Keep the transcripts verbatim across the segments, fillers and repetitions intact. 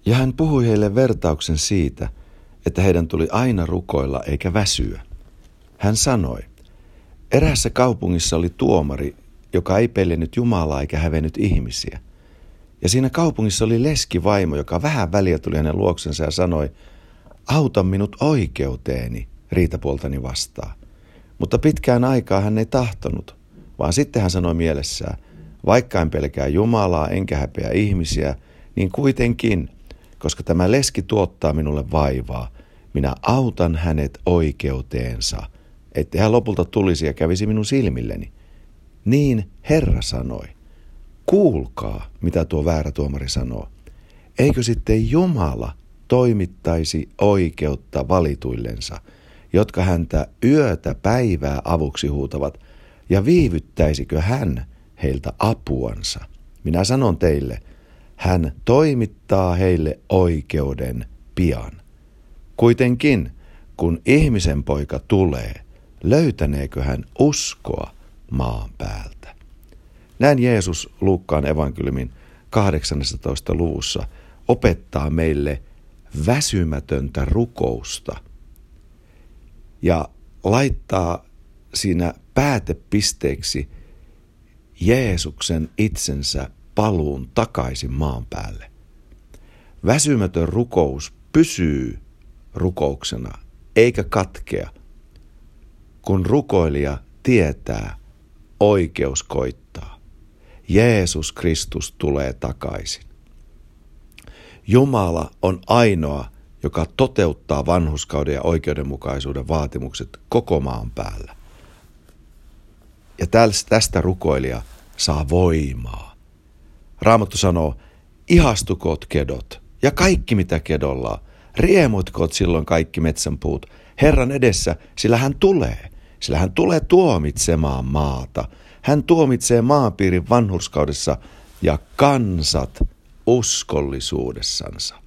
Ja hän puhui heille vertauksen siitä, että heidän tuli aina rukoilla eikä väsyä. Hän sanoi, eräässä kaupungissa oli tuomari, joka ei pelännyt Jumalaa eikä hävennyt ihmisiä. Ja siinä kaupungissa oli leskivaimo, joka vähän väliä tuli hänen luoksensa ja sanoi, auta minut oikeuteeni riitapuoltani vastaan. Mutta pitkään aikaa hän ei tahtonut, vaan sitten hän sanoi mielessään, vaikka en pelkää Jumalaa enkä häpeä ihmisiä, niin kuitenkin, koska tämä leski tuottaa minulle vaivaa, minä autan hänet oikeuteensa, ettei hän lopulta tulisi ja kävisi minun silmilleni. Niin Herra sanoi, kuulkaa, mitä tuo väärä tuomari sanoo. Eikö sitten Jumala toimittaisi oikeutta valituillensa, jotka häntä yötä päivää avuksi huutavat, ja viivyttäisikö hän heiltä apuansa? Minä sanon teille, hän toimittaa heille oikeuden pian. Kuitenkin, kun ihmisen poika tulee, löytäneekö hän uskoa maan päältä? Näin Jeesus Luukkaan evankeliumin kahdeksannessatoista luvussa opettaa meille väsymätöntä rukousta ja laittaa siinä päätepisteeksi Jeesuksen itsensä paluun takaisin maan päälle. Väsymätön rukous pysyy rukouksena eikä katkea, kun rukoilija tietää, oikeus koittaa. Jeesus Kristus tulee takaisin. Jumala on ainoa, joka toteuttaa vanhurskauden ja oikeudenmukaisuuden vaatimukset koko maan päällä. Ja tästä rukoilija saa voimaa. Raamattu sanoo, ihastukoot kedot ja kaikki mitä kedolla on. Riemuitkoot silloin kaikki metsänpuut Herran edessä, sillä hän tulee. Sillä hän tulee tuomitsemaan maata. Hän tuomitsee maapiirin vanhurskaudessa ja kansat uskollisuudessansa.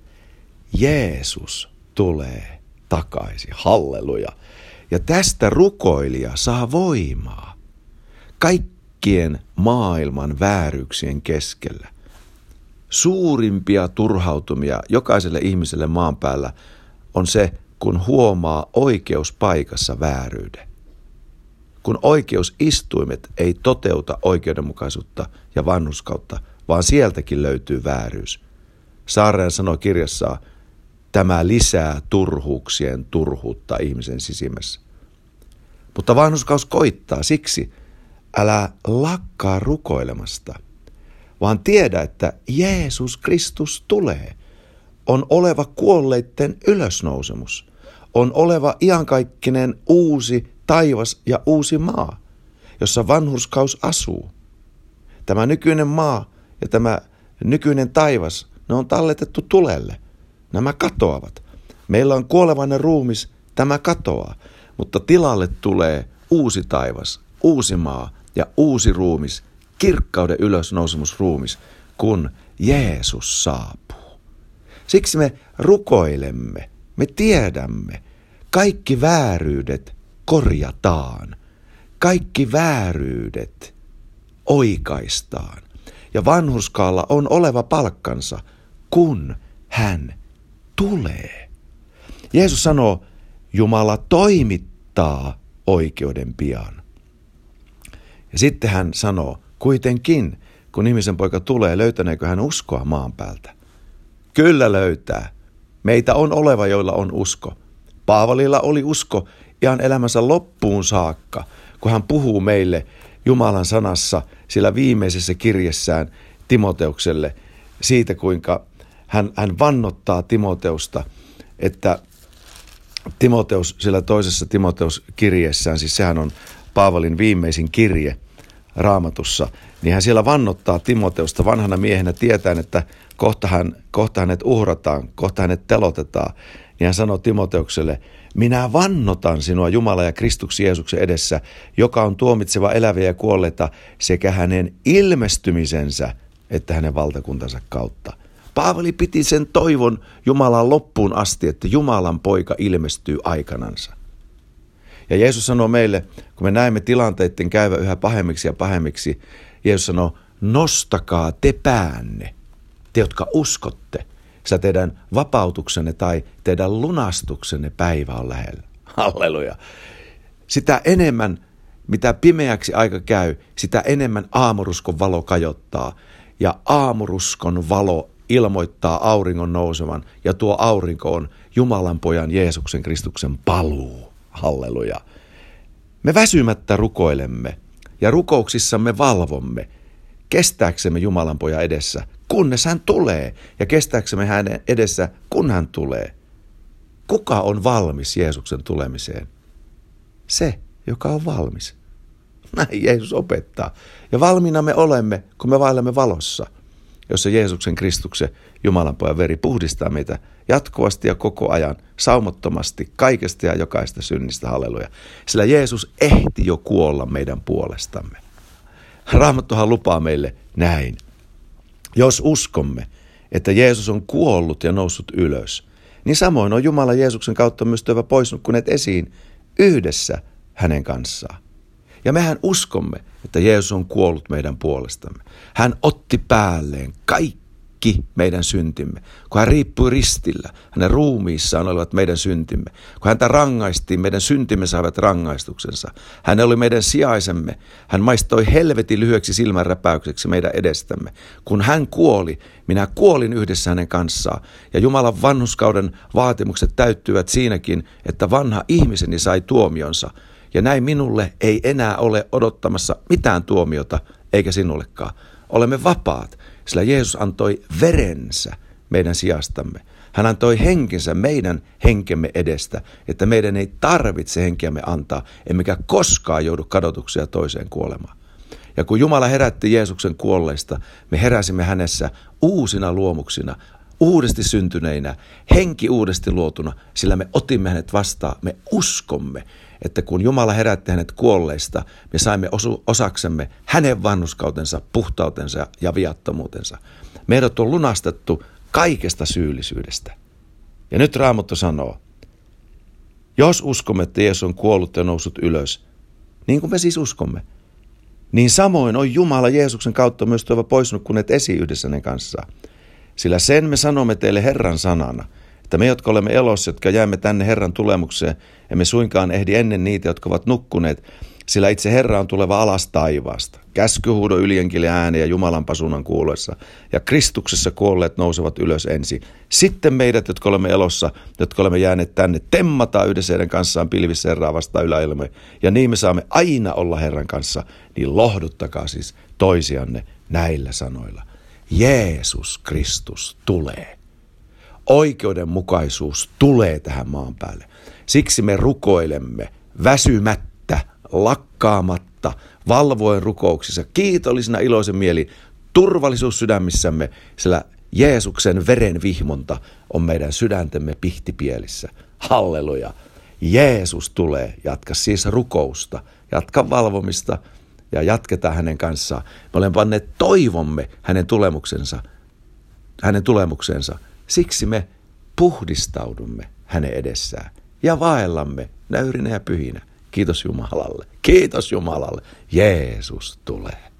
Jeesus tulee takaisin. Halleluja. Ja tästä rukoilija saa voimaa kaikkien maailman vääryyksien keskellä. Suurimpia turhautumia jokaiselle ihmiselle maan päällä on se, kun huomaa oikeuspaikassa vääryyden. Kun oikeusistuimet ei toteuta oikeudenmukaisuutta ja vanhurskautta, vaan sieltäkin löytyy vääryys. Saareen sanoi kirjassaan, tämä lisää turhuuksien turhuutta ihmisen sisimmässä. Mutta vanhurskaus koittaa, siksi älä lakkaa rukoilemasta, vaan tiedä, että Jeesus Kristus tulee. On oleva kuolleitten ylösnousemus. On oleva iankaikkinen uusi taivas ja uusi maa, jossa vanhurskaus asuu. Tämä nykyinen maa ja tämä nykyinen taivas, ne on talletettu tulelle. Nämä katoavat. Meillä on kuolevainen ruumis, tämä katoaa, mutta tilalle tulee uusi taivas, uusi maa ja uusi ruumis, kirkkauden ylösnousemusruumis, kun Jeesus saapuu. Siksi me rukoilemme, me tiedämme, kaikki vääryydet korjataan, kaikki vääryydet oikaistaan ja vanhurskaalla on oleva palkkansa, kun hän tulee. Jeesus sanoo, Jumala toimittaa oikeuden pian. Ja sitten hän sanoo, kuitenkin, kun ihmisen poika tulee, löytäneekö hän uskoa maan päältä? Kyllä löytää. Meitä on oleva, joilla on usko. Paavalilla oli usko ihan elämänsä loppuun saakka, kun hän puhuu meille Jumalan sanassa sillä viimeisessä kirjessään Timoteukselle siitä, kuinka hän, hän vannottaa Timoteusta, että Timoteus sillä toisessa Timoteus-kirjeessään, siis sehän on Paavalin viimeisin kirje Raamatussa, niin hän siellä vannottaa Timoteusta vanhana miehenä tietäen, että kohta, hän, kohta hänet uhrataan, kohta hänet telotetaan. Niin hän sanoo Timoteukselle, minä vannotan sinua Jumala ja Kristuksen Jeesuksen edessä, joka on tuomitseva eläviä ja kuolleita sekä hänen ilmestymisensä että hänen valtakuntansa kautta. Paavali piti sen toivon Jumalan loppuun asti, että Jumalan poika ilmestyy aikanansa. Ja Jeesus sanoo meille, kun me näemme tilanteiden käyvä yhä pahemmiksi ja pahemmiksi, Jeesus sanoo, nostakaa te päänne, te jotka uskotte, sillä teidän vapautuksenne tai teidän lunastuksenne päivä on lähellä. Halleluja. Sitä enemmän, mitä pimeäksi aika käy, sitä enemmän aamuruskon valo kajottaa. Ja aamuruskon valo ilmoittaa auringon nousevan, ja tuo aurinko on Jumalan pojan Jeesuksen Kristuksen paluu. Halleluja. Me väsymättä rukoilemme ja rukouksissamme valvomme, kestääksemme Jumalan pojan edessä, kunnes hän tulee, ja kestääksemme hänen edessä, kun hän tulee. Kuka on valmis Jeesuksen tulemiseen? Se, joka on valmis. Näin Jeesus opettaa. Ja valmiina me olemme, kun me vaellemme valossa, jossa Jeesuksen Kristuksen Jumalan pojan veri puhdistaa meitä jatkuvasti ja koko ajan, saumattomasti, kaikesta ja jokaista synnistä. Halleluja. Sillä Jeesus ehti jo kuolla meidän puolestamme. Raamattuhan lupaa meille näin. Jos uskomme, että Jeesus on kuollut ja noussut ylös, niin samoin on Jumala Jeesuksen kautta myös työvä pois nukkuneet esiin yhdessä hänen kanssaan. Ja mehän uskomme, että Jeesus on kuollut meidän puolestamme. Hän otti päälleen kaikki meidän syntimme. Kun hän riippui ristillä, hänen ruumiissaan olivat meidän syntimme. Kun häntä rangaistiin, meidän syntimme saivat rangaistuksensa. Hän oli meidän sijaisemme. Hän maistoi helvetin lyhyeksi silmänräpäykseksi meidän edestämme. Kun hän kuoli, minä kuolin yhdessä hänen kanssaan. Ja Jumalan vanhurskauden vaatimukset täyttyivät siinäkin, että vanha ihmiseni sai tuomionsa. Ja näin minulle ei enää ole odottamassa mitään tuomiota, eikä sinullekaan. Olemme vapaat, sillä Jeesus antoi verensä meidän sijastamme. Hän antoi henkensä meidän henkemme edestä, että meidän ei tarvitse henkeämme antaa, emmekä koskaan joudu kadotuksia toiseen kuolemaan. Ja kun Jumala herätti Jeesuksen kuolleista, me heräsimme hänessä uusina luomuksina, uudesti syntyneinä, henki uudesti luotuna, sillä me otimme hänet vastaan, me uskomme, että kun Jumala herätti hänet kuolleista, me saimme osu- osaksemme hänen vanhurskautensa, puhtautensa ja viattomuutensa. Meidät on lunastettu kaikesta syyllisyydestä. Ja nyt Raamattu sanoo, jos uskomme, että Jeesus on kuollut ja noussut ylös, niin kuin me siis uskomme, niin samoin on Jumala Jeesuksen kautta myös tuova pois nukkuneet esiin yhdessä hänen kanssaan. Sillä sen me sanomme teille Herran sanana, että me, jotka olemme elossa, jotka jäämme tänne Herran tulemukseen, emme suinkaan ehdi ennen niitä, jotka ovat nukkuneet, sillä itse Herra on tuleva alas taivaasta. Käskyhuudo, yljenkili ääni ja Jumalan pasunan kuullessa, ja Kristuksessa kuolleet nousevat ylös ensin. Sitten meidät, jotka olemme elossa, jotka olemme jääneet tänne, temmataan yhdessä heidän kanssaan pilvissä Herraa vastaan yläilme, ja niin me saamme aina olla Herran kanssa, niin lohduttakaa siis toisianne näillä sanoilla. Jeesus Kristus tulee. Oikeudenmukaisuus tulee tähän maan päälle. Siksi me rukoilemme väsymättä, lakkaamatta, valvoen rukouksissa, kiitollisina iloisen mieli, turvallisuus sydämissämme, sillä Jeesuksen veren vihmonta on meidän sydäntemme pihtipielissä. Halleluja. Jeesus tulee. Jatka siis rukousta, jatka valvomista ja jatketaan hänen kanssaan. Me olemme panneet toivomme hänen tulemuksensa, hänen tulemuksensa. Siksi me puhdistaudumme hänen edessään ja vaellamme nöyrinä ja pyhinä. Kiitos Jumalalle. Kiitos Jumalalle. Jeesus tulee.